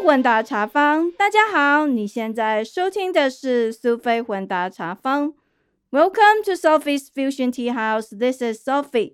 混搭茶坊，大家好，你现在收听的是苏菲混搭茶坊。Welcome to Sophie's Fusion Tea House. This is Sophie.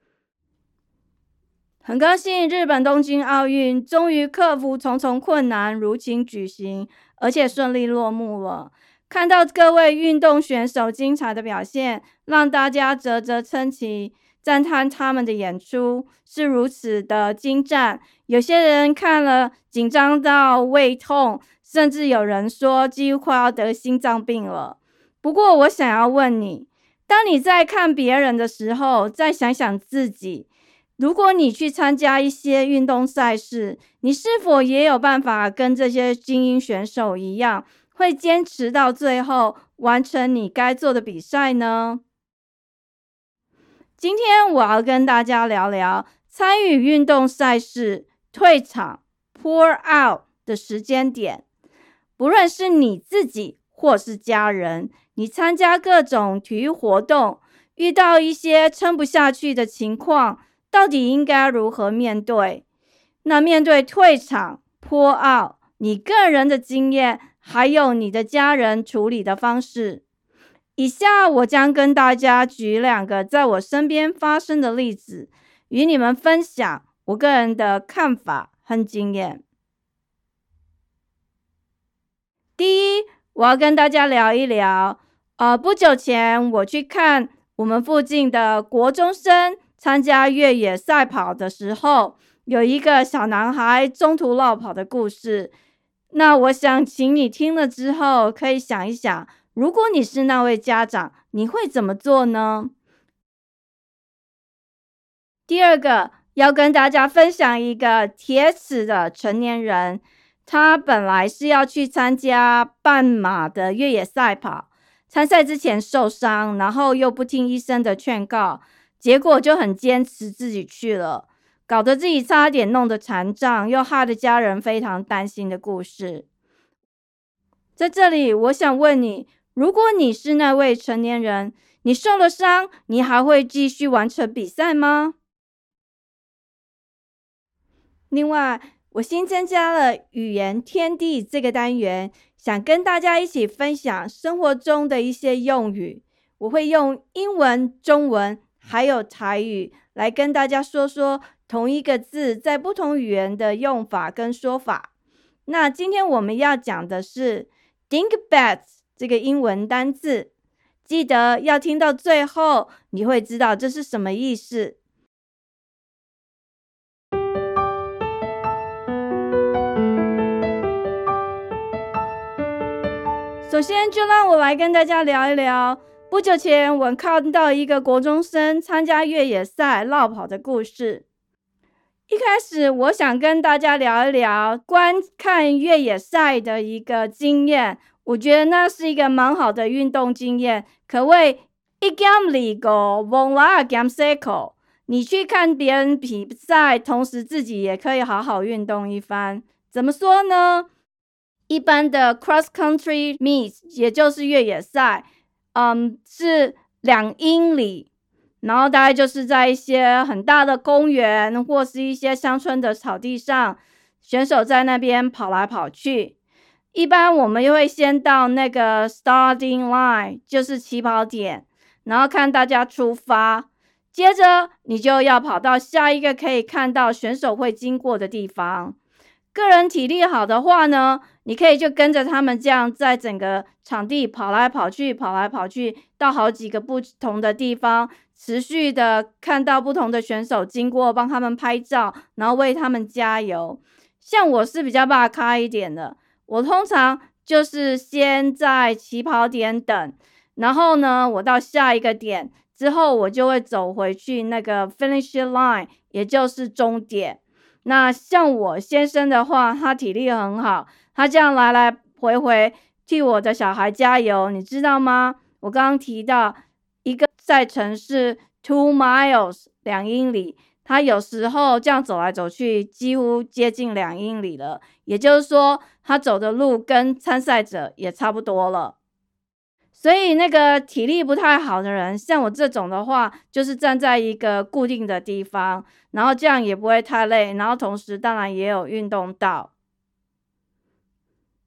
很高兴日本东京奥运终于克服重重困难，如期举行，而且顺利落幕了。看到各位运动选手精彩的表现，让大家啧啧称奇，赞叹他们的演出是如此的精湛。有些人看了紧张到胃痛，甚至有人说几乎快要得心脏病了。不过我想要问你，当你在看别人的时候，再想想自己，如果你去参加一些运动赛事，你是否也有办法跟这些精英选手一样，会坚持到最后，完成你该做的比赛呢？今天我要跟大家聊聊参与运动赛事退场 pour out 的时间点。不论是你自己或是家人，你参加各种体育活动，遇到一些撑不下去的情况，到底应该如何面对？那面对退场 pour out， 你个人的经验，还有你的家人处理的方式。以下我将跟大家举2个在我身边发生的例子，与你们分享我个人的看法和经验。第一，我要跟大家聊一聊，不久前我去看我们附近的国中生参加越野赛跑的时候，有一个小男孩中途落跑的故事。那我想请你听了之后，可以想一想，如果你是那位家长，你会怎么做呢？第2个，要跟大家分享一个铁齿的成年人，他本来是要去参加半马的越野赛跑，参赛之前受伤，然后又不听医生的劝告，结果就很坚持自己去了，搞得自己差点弄得残障，又害得家人非常担心的故事。在这里，我想问你，如果你是那位成年人，你受了伤，你还会继续完成比赛吗？另外，我新增加了语言天地这个单元，想跟大家一起分享生活中的一些用语。我会用英文、中文还有台语来跟大家说说同一个字在不同语言的用法跟说法。那今天我们要讲的是 dingbat 这个英文单字，记得要听到最后，你会知道这是什么意思。首先就让我来跟大家聊一聊，不久前我看到一个国中生参加越野赛落跑的故事。一开始我想跟大家聊一聊观看越野赛的一个经验，我觉得那是一个蛮好的运动经验，可谓一减二个忘啦减4口。你去看别人比赛，同时自己也可以好好运动一番。怎么说呢？一般的 cross country meet 也就是越野赛，是2英里，然后大概就是在一些很大的公园或是一些乡村的草地上，选手在那边跑来跑去。一般我们又会先到那个 starting line， 就是起跑点，然后看大家出发，接着你就要跑到下一个可以看到选手会经过的地方。个人体力好的话呢，你可以就跟着他们这样在整个场地跑来跑去，到好几个不同的地方，持续的看到不同的选手经过，帮他们拍照，然后为他们加油。像我是比较大咖一点的，我通常就是先在起跑点等，然后呢，我到下一个点之后，我就会走回去那个 finish line， 也就是终点。那像我先生的话，他体力很好，他这样来来回回替我的小孩加油，你知道吗？我刚刚提到一个赛程是 2 miles 2英里，他有时候这样走来走去几乎接近2英里了，也就是说他走的路跟参赛者也差不多了。所以那个体力不太好的人，像我这种的话，就是站在一个固定的地方，然后这样也不会太累，然后同时当然也有运动到。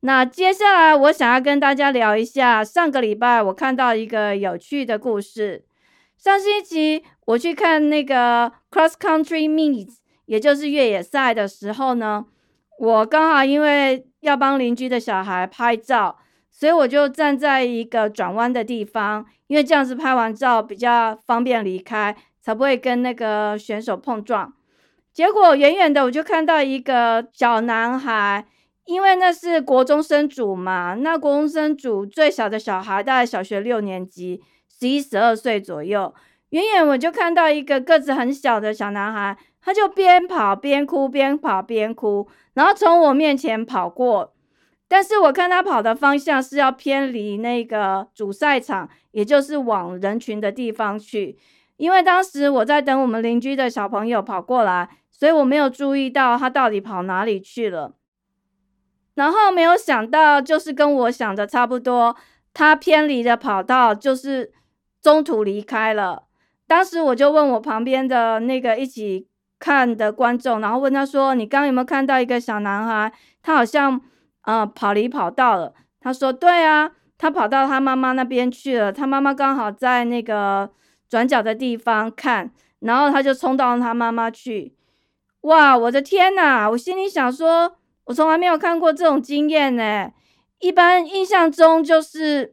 那接下来我想要跟大家聊一下，上个礼拜我看到一个有趣的故事。上星期我去看那个 Cross Country Meets， 也就是越野赛的时候呢，我刚好因为要帮邻居的小孩拍照，所以我就站在一个转弯的地方，因为这样子拍完照比较方便离开，才不会跟那个选手碰撞。结果远远的我就看到一个小男孩，因为那是国中生组嘛，那国中生组最小的小孩大概小学6年级，11、12岁左右。远远我就看到一个个子很小的小男孩，他就边跑边哭，边跑边哭，然后从我面前跑过。但是我看他跑的方向是要偏离那个主赛场，也就是往人群的地方去。因为当时我在等我们邻居的小朋友跑过来，所以我没有注意到他到底跑哪里去了。然后没有想到，就是跟我想的差不多，他偏离的跑道，就是中途离开了。当时我就问我旁边的那个一起看的观众，然后问他说：“你刚刚有没有看到一个小男孩？他好像跑离跑道了。”他说：“对啊，他跑到他妈妈那边去了。他妈妈刚好在那个转角的地方看，然后他就冲到他妈妈去。”哇，我的天哪！我心里想说，我从来没有看过这种经验呢。一般印象中就是，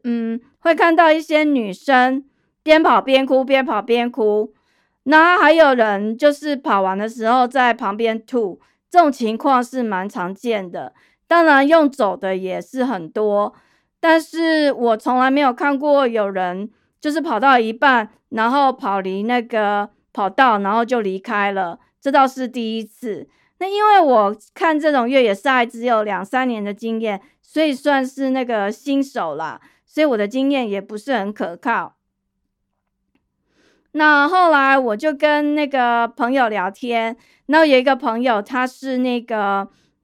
会看到一些女生边跑边哭，边跑边哭，那还有人就是跑完的时候在旁边吐，这种情况是蛮常见的。当然，用走的也是很多，但是我从来没有看过有人就是跑到一半，然后跑离那个跑道，然后就离开了。这倒是第一次。那因为我看这种越野赛只有2、3年的经验，所以算是那个新手啦，所以我的经验也不是很可靠。那后来我就跟那个朋友聊天，那有一个朋友他是那个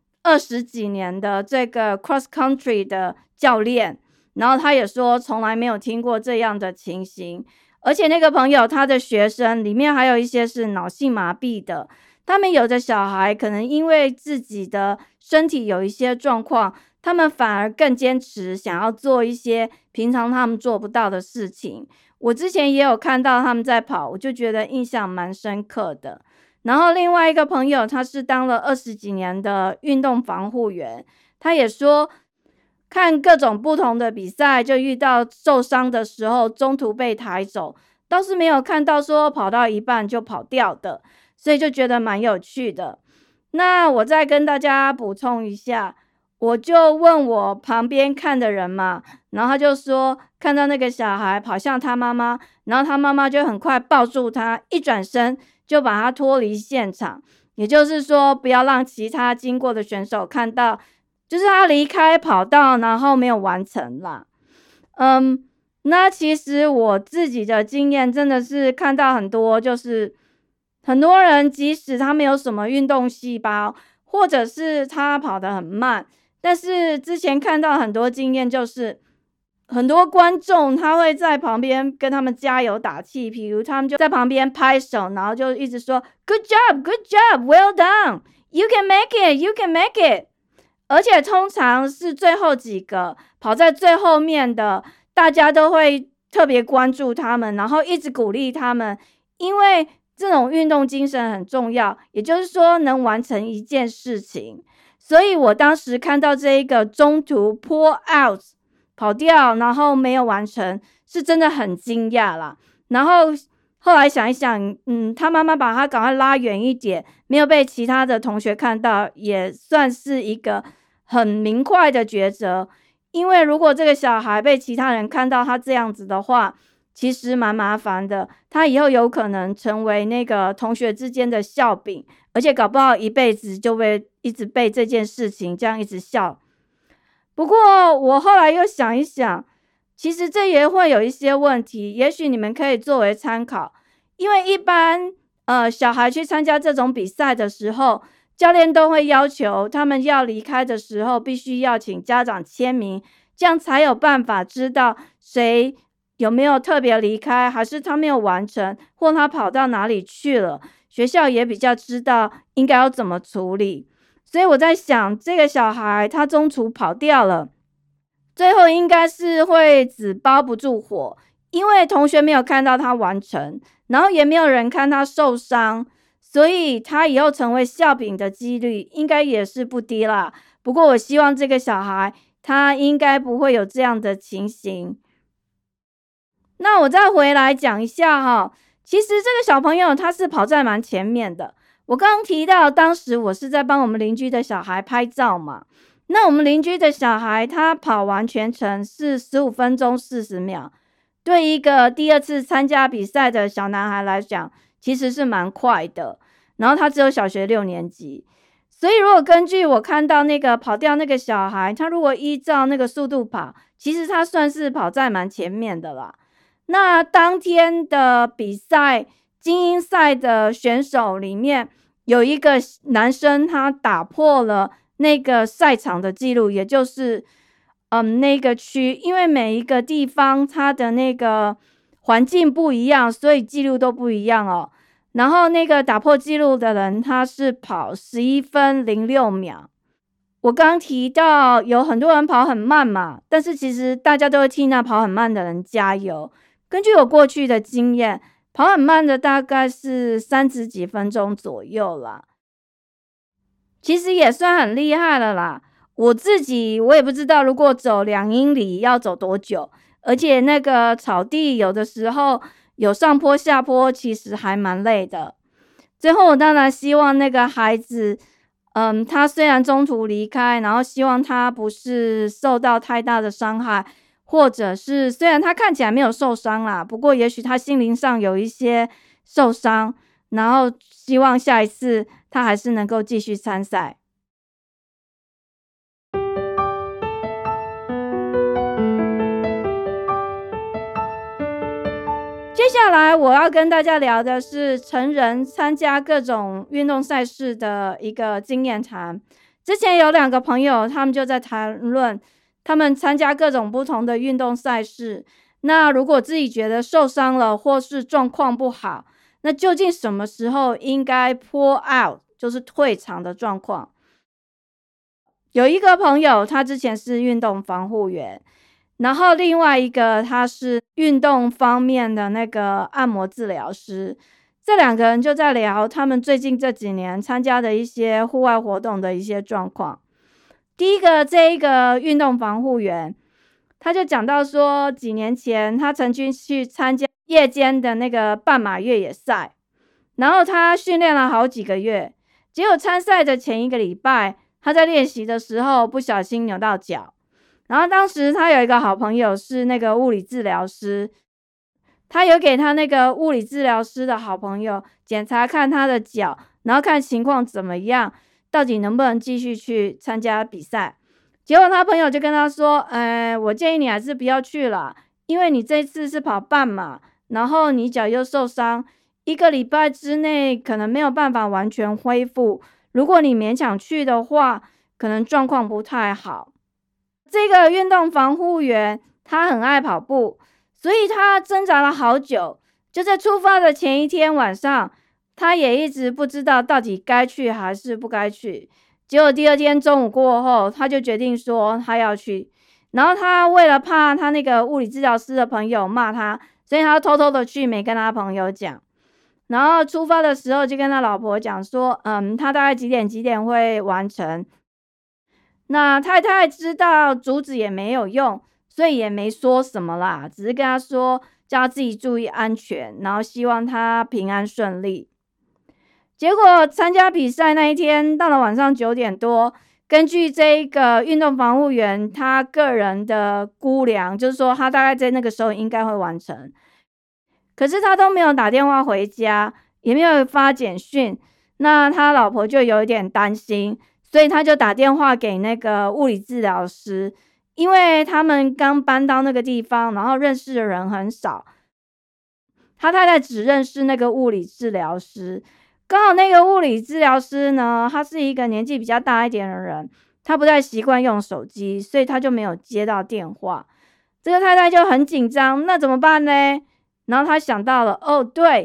20几年的这个 cross country 的教练，然后他也说从来没有听过这样的情形。而且那个朋友他的学生里面还有一些是脑性麻痹的，他们有的小孩可能因为自己的身体有一些状况，他们反而更坚持想要做一些平常他们做不到的事情。我之前也有看到他们在跑，我就觉得印象蛮深刻的。然后另外一个朋友他是当了20几年的运动防护员，他也说看各种不同的比赛，就遇到受伤的时候中途被抬走，倒是没有看到说跑到一半就跑掉的，所以就觉得蛮有趣的。那我再跟大家补充一下，我就问我旁边看的人嘛，然后他就说看到那个小孩跑向他妈妈，然后他妈妈就很快抱住他，一转身就把他脱离现场，也就是说不要让其他经过的选手看到，就是他离开跑道然后没有完成啦。那其实我自己的经验真的是看到很多，就是很多人即使他没有什么运动细胞，或者是他跑得很慢，但是之前看到很多经验，就是很多观众他会在旁边跟他们加油打气，比如他们就在旁边拍手，然后就一直说 Good job, good job, well done, you can make it, you can make it。而且通常是最后几个跑在最后面的，大家都会特别关注他们，然后一直鼓励他们，因为这种运动精神很重要，也就是说能完成一件事情。所以我当时看到这一个中途 pull out 跑掉，然后没有完成，是真的很惊讶啦。然后后来想一想，他妈妈把他赶快拉远一点，没有被其他的同学看到，也算是一个很明快的抉择。因为如果这个小孩被其他人看到他这样子的话，其实蛮麻烦的，他以后有可能成为那个同学之间的笑柄，而且搞不好一辈子就会一直被这件事情这样一直笑。不过我后来又想一想，其实这也会有一些问题，也许你们可以作为参考。因为一般小孩去参加这种比赛的时候，教练都会要求他们要离开的时候必须要请家长签名，这样才有办法知道谁有没有特别离开，还是他没有完成，或他跑到哪里去了，学校也比较知道应该要怎么处理。 所以我在想，这个小孩他中途跑掉了，最后应该是会纸包不住火，因为同学没有看到他完成，然后也没有人看他受伤，所以他以后成为笑柄的几率应该也是不低啦。不过我希望这个小孩他应该不会有这样的情形。那我再回来讲一下哈，其实这个小朋友他是跑在蛮前面的。我刚刚提到，当时我是在帮我们邻居的小孩拍照嘛。那我们邻居的小孩他跑完全程是15分钟40秒，对一个第2次参加比赛的小男孩来讲，其实是蛮快的。然后他只有小学6年级，所以如果根据我看到那个跑掉那个小孩，他如果依照那个速度跑，其实他算是跑在蛮前面的啦。那当天的比赛精英赛的选手里面，有一个男生他打破了那个赛场的记录，也就是那个区，因为每一个地方它的那个环境不一样，所以记录都不一样哦。然后那个打破记录的人他是跑11分06秒。我刚刚提到有很多人跑很慢嘛，但是其实大家都会替那跑很慢的人加油。根据我过去的经验，跑很慢的大概是30几分钟左右啦，其实也算很厉害了啦。我自己我也不知道，如果走2英里要走多久，而且那个草地有的时候有上坡下坡，其实还蛮累的。最后我当然希望那个孩子他虽然中途离开，然后希望他不是受到太大的伤害，或者是虽然他看起来没有受伤啦，不过也许他心灵上有一些受伤，然后希望下一次他还是能够继续参赛。接下来我要跟大家聊的是成人参加各种运动赛事的一个经验谈。之前有2个朋友，他们就在谈论他们参加各种不同的运动赛事，那如果自己觉得受伤了或是状况不好，那究竟什么时候应该 pull out， 就是退场的状况。有一个朋友他之前是运动防护员，然后另外一个他是运动方面的那个按摩治疗师，这2个人就在聊他们最近这几年参加的一些户外活动的一些状况。第一个这一个运动防护员，他就讲到说，几年前他曾经去参加夜间的那个半马越野赛，然后他训练了好几个月，结果参赛的前1个礼拜，他在练习的时候不小心扭到脚。然后当时他有一个好朋友是那个物理治疗师，他有给他那个物理治疗师的好朋友检查看他的脚，然后看情况怎么样，到底能不能继续去参加比赛。结果他朋友就跟他说，我建议你还是不要去了，因为你这次是跑半马，然后你脚又受伤，1个礼拜之内可能没有办法完全恢复，如果你勉强去的话，可能状况不太好。这个运动防护员他很爱跑步，所以他挣扎了好久，就在出发的前1天晚上，他也一直不知道到底该去还是不该去。结果第2天中午过后，他就决定说他要去，然后他为了怕他那个物理治疗师的朋友骂他，所以他偷偷的去，没跟他朋友讲。然后出发的时候就跟他老婆讲说，他大概几点会完成。那太太知道阻止也没有用，所以也没说什么啦，只是跟他说叫他自己注意安全，然后希望他平安顺利。结果参加比赛那一天，到了晚上9点多，根据这一个运动防护员他个人的估量，就是说他大概在那个时候应该会完成，可是他都没有打电话回家，也没有发简讯，那他老婆就有一点担心，所以他就打电话给那个物理治疗师，因为他们刚搬到那个地方，然后认识的人很少，他太太只认识那个物理治疗师。刚好那个物理治疗师呢，他是一个年纪比较大一点的人，他不太习惯用手机，所以他就没有接到电话。这个太太就很紧张，那怎么办呢？然后他想到了，对，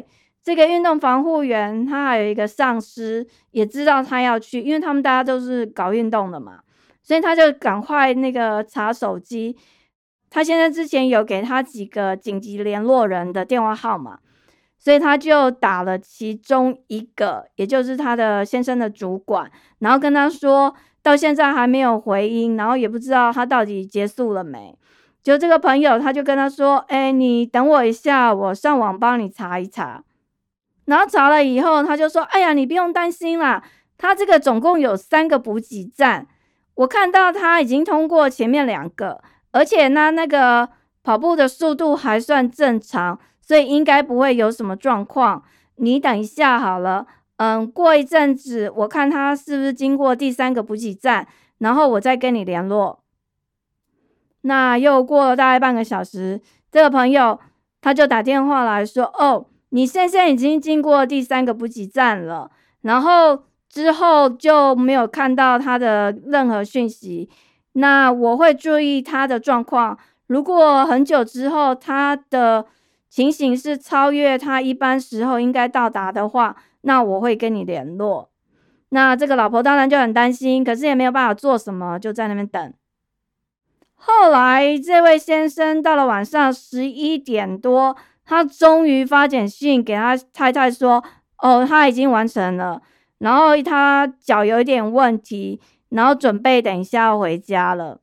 这个运动防护员他还有一个上司也知道他要去，因为他们大家都是搞运动的嘛，所以他就赶快那个查手机。他现在之前有给他几个紧急联络人的电话号码，所以他就打了其中一个，也就是他的先生的主管，然后跟他说到现在还没有回音，然后也不知道他到底结束了没。就这个朋友他就跟他说，你等我一下，我上网帮你查一查。然后查了以后他就说，哎呀，你不用担心啦，他这个总共有3个补给站，我看到他已经通过前面2个，而且呢那个跑步的速度还算正常，所以应该不会有什么状况，你等一下好了，过一阵子我看他是不是经过第3个补给站，然后我再跟你联络。那又过了大概半个小时，这个朋友他就打电话来说，你先生已经经过第3个补给站了，然后之后就没有看到他的任何讯息，那我会注意他的状况，如果很久之后他的情形是超越他一般时候应该到达的话，那我会跟你联络。那这个老婆当然就很担心，可是也没有办法做什么，就在那边等。后来这位先生到了晚上11点多，他终于发简讯给他太太说，他已经完成了，然后他脚有一点问题，然后准备等一下要回家了。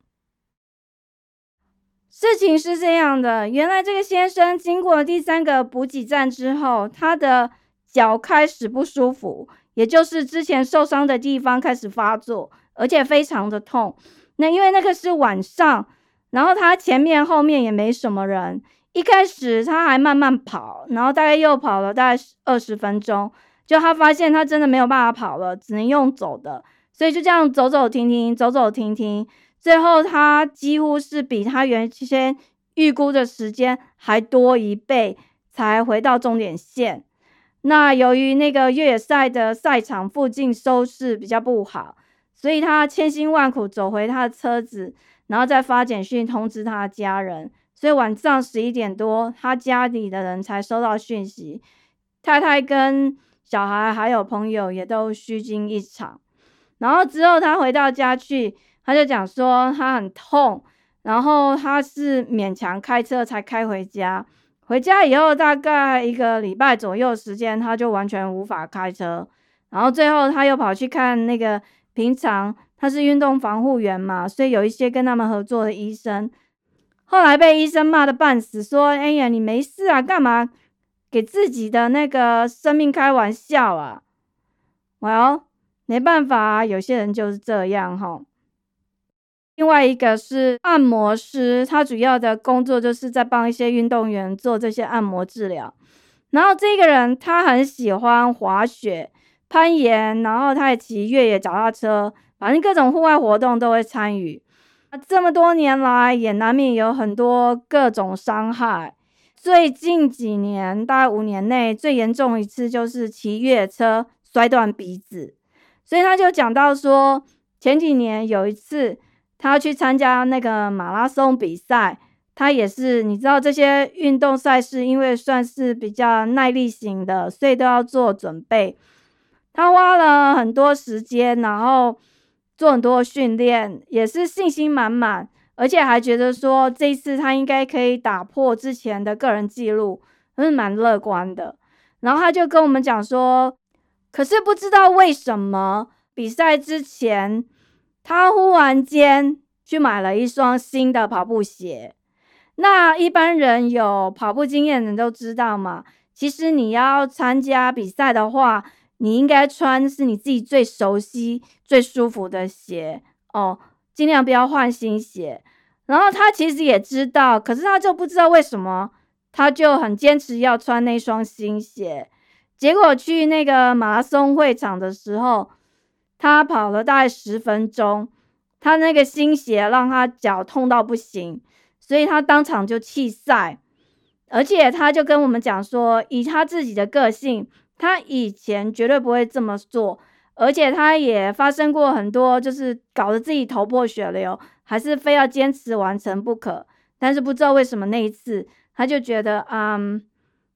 事情是这样的，原来这个先生经过第3个补给站之后，他的脚开始不舒服，也就是之前受伤的地方开始发作，而且非常的痛。那因为那个是晚上，然后他前面后面也没什么人，一开始他还慢慢跑，然后大概又跑了大概20分钟，就他发现他真的没有办法跑了，只能用走的，所以就这样走走停停，走走停停，最后他几乎是比他原先预估的时间还多1倍才回到终点线。那由于那个越野赛的赛场附近收视比较不好，所以他千辛万苦走回他的车子，然后再发简讯通知他的家人，所以晚上11点多他家里的人才收到讯息，太太跟小孩还有朋友也都虚惊一场。然后之后他回到家去，他就讲说他很痛，然后他是勉强开车才开回家，回家以后大概1个礼拜左右时间他就完全无法开车，然后最后他又跑去看那个平常他是运动防护员嘛，所以有一些跟他们合作的医生，后来被医生骂得半死，说哎呀你没事啊，干嘛给自己的那个生命开玩笑啊。Well， 没办法啊，有些人就是这样齁。另外一个是按摩师，他主要的工作就是在帮一些运动员做这些按摩治疗。然后这个人他很喜欢滑雪、攀岩，然后他也骑越野脚踏车，反正各种户外活动都会参与。这么多年来也难免有很多各种伤害，最近几年大概5年内最严重一次就是骑越野车摔断鼻子。所以他就讲到说，前几年有一次他去参加那个马拉松比赛，他也是你知道这些运动赛事因为算是比较耐力型的，所以都要做准备。他花了很多时间，然后做很多训练，也是信心满满，而且还觉得说这一次他应该可以打破之前的个人纪录，是蛮乐观的。然后他就跟我们讲说，可是不知道为什么比赛之前他忽然间去买了一双新的跑步鞋。那一般人有跑步经验的人都知道嘛，其实你要参加比赛的话，你应该穿是你自己最熟悉最舒服的鞋尽量不要换新鞋。然后他其实也知道，可是他就不知道为什么他就很坚持要穿那双新鞋。结果去那个马拉松会场的时候，他跑了大概10分钟，他那个新鞋让他脚痛到不行，所以他当场就弃赛。而且他就跟我们讲说，以他自己的个性，他以前绝对不会这么做，而且他也发生过很多就是搞得自己头破血流，还是非要坚持完成不可。但是不知道为什么那一次他就觉得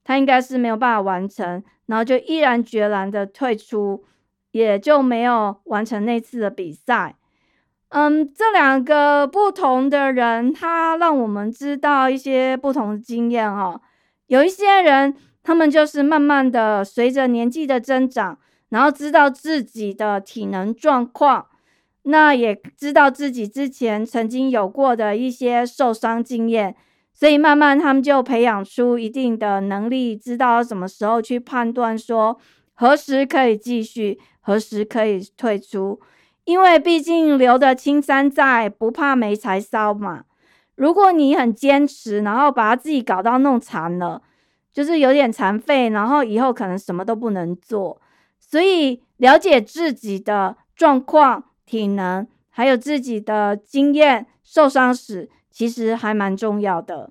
他应该是没有办法完成，然后就毅然决然的退出，也就没有完成那次的比赛。这两个不同的人，他让我们知道一些不同的经验有一些人，他们就是慢慢的随着年纪的增长，然后知道自己的体能状况，那也知道自己之前曾经有过的一些受伤经验，所以慢慢他们就培养出一定的能力，知道什么时候去判断说何时可以继续，何时可以退出。因为毕竟留得青山在，不怕没柴烧嘛。如果你很坚持，然后把自己搞到弄残了，就是有点残废，然后以后可能什么都不能做。所以了解自己的状况、体能，还有自己的经验、受伤史，其实还蛮重要的。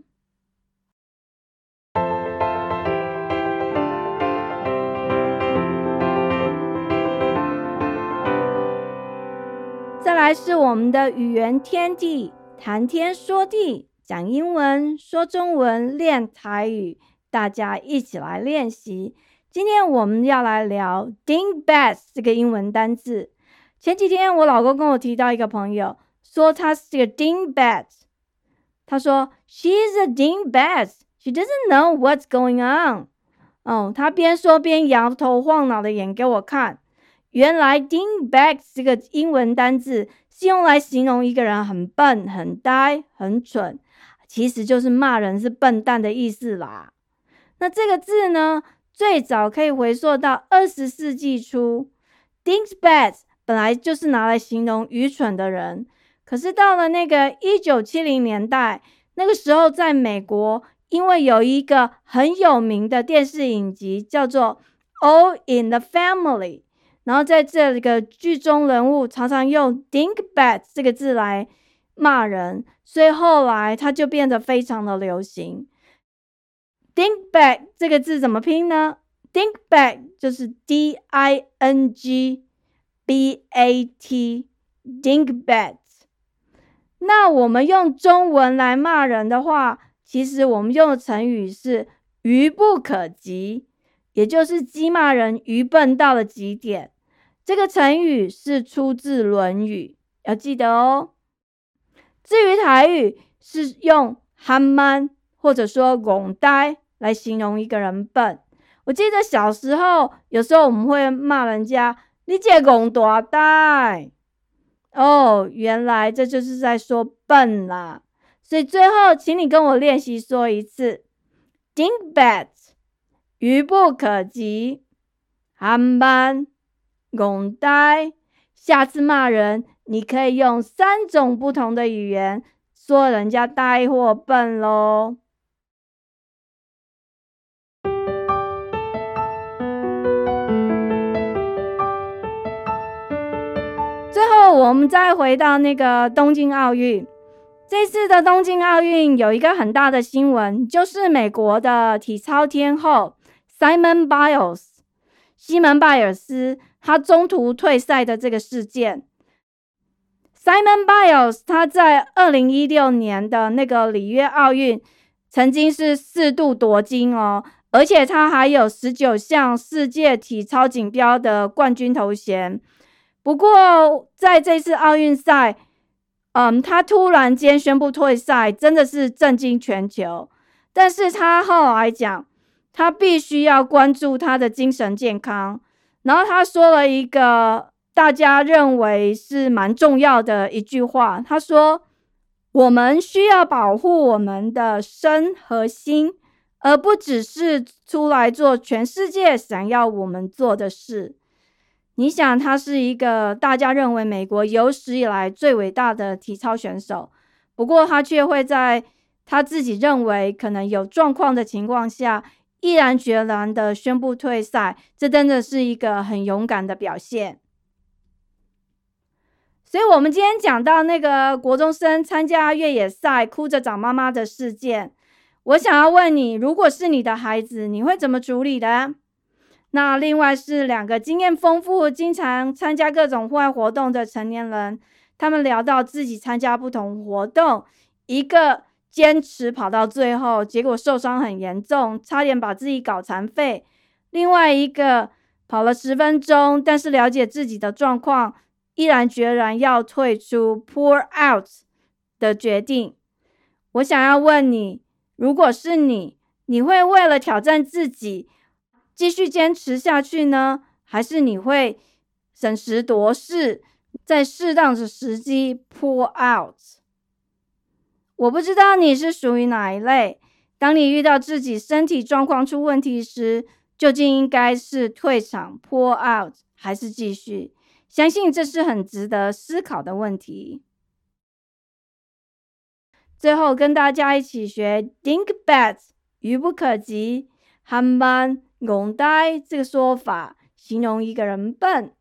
再来是我们的语言天地，谈天说地，讲英文，说中文，练台语，大家一起来练习。今天我们要来聊 dingbat 这个英文单字。前几天我老公跟我提到一个朋友，说他是个 dingbat。他说 She's a dingbat. She doesn't know what's going on. 他边说边摇头晃脑的演给我看。原来 dingbat 这个英文单字是用来形容一个人很笨、很呆、很蠢，其实就是骂人是笨蛋的意思啦。那这个字呢，最早可以回溯到20世纪初。dingbat 本来就是拿来形容愚蠢的人，可是到了那个1970年代，那个时候在美国，因为有一个很有名的电视影集叫做 All in the Family，然后在这个剧中人物常常用 dingbat 这个字来骂人，所以后来它就变得非常的流行。dingbat 这个字怎么拼呢？ dingbat 就是 D-I-N-G-B-A-T dingbat。 那我们用中文来骂人的话，其实我们用的成语是愚不可及，也就是讥骂人愚笨到了极点。这个成语是出自《论语》，要记得哦。至于台语，是用憨慢或者说戆呆来形容一个人笨。我记得小时候，有时候我们会骂人家你这戆大呆。原来这就是在说笨啦。所以最后请你跟我练习说一次 dingbat 愚不可及，憨慢戆呆。下次骂人你可以用3种不同的语言说人家呆或笨咯。最后我们再回到那个东京奥运。这次的东京奥运有一个很大的新闻，就是美国的体操天后 Simone Biles 西门拜尔斯他中途退赛的这个事件。Simone Biles 他在2016年的那个里约奥运曾经是4度夺金而且他还有19项世界体操锦标的冠军头衔。不过在这次奥运赛他突然间宣布退赛，真的是震惊全球。但是他后来讲，他必须要关注他的精神健康。然后他说了一个大家认为是蛮重要的一句话，他说我们需要保护我们的身和心，而不只是出来做全世界想要我们做的事。你想他是一个大家认为美国有史以来最伟大的体操选手，不过他却会在他自己认为可能有状况的情况下毅然决然的宣布退赛，这真的是一个很勇敢的表现。所以我们今天讲到那个国中生参加越野赛哭着找妈妈的事件，我想要问你，如果是你的孩子，你会怎么处理的？那另外是2个经验丰富、经常参加各种户外活动的成年人，他们聊到自己参加不同活动，一个坚持跑到最后，结果受伤很严重，差点把自己搞残废。另外一个跑了10分钟，但是了解自己的状况，毅然决然要退出 pull out 的决定。我想要问你，如果是你，你会为了挑战自己继续坚持下去呢？还是你会审时度势，在适当的时机 pull out？ 我不知道你是属于哪一类。当你遇到自己身体状况出问题时，究竟应该是退场 pull out 还是继续？相信这是很值得思考的问题。最後跟大家一起學 dingbat 愚不可及，한번戇呆這個說法形容一個人笨。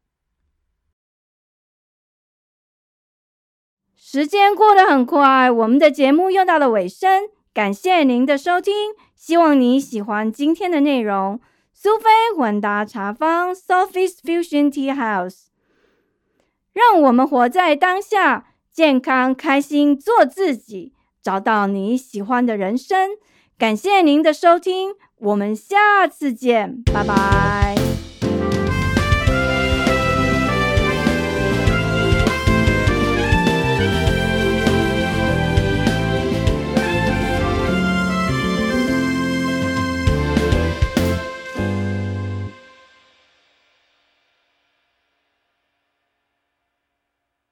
時間過得很快，我們的節目又到了尾聲，感謝您的收聽，希望你喜歡今天的內容。蘇菲混搭茶坊 Sophie's Fusion Tea House， 讓我們活在當下，健康開心做自己，找到你喜歡的人生。感謝您的收聽，我們下次見，拜拜。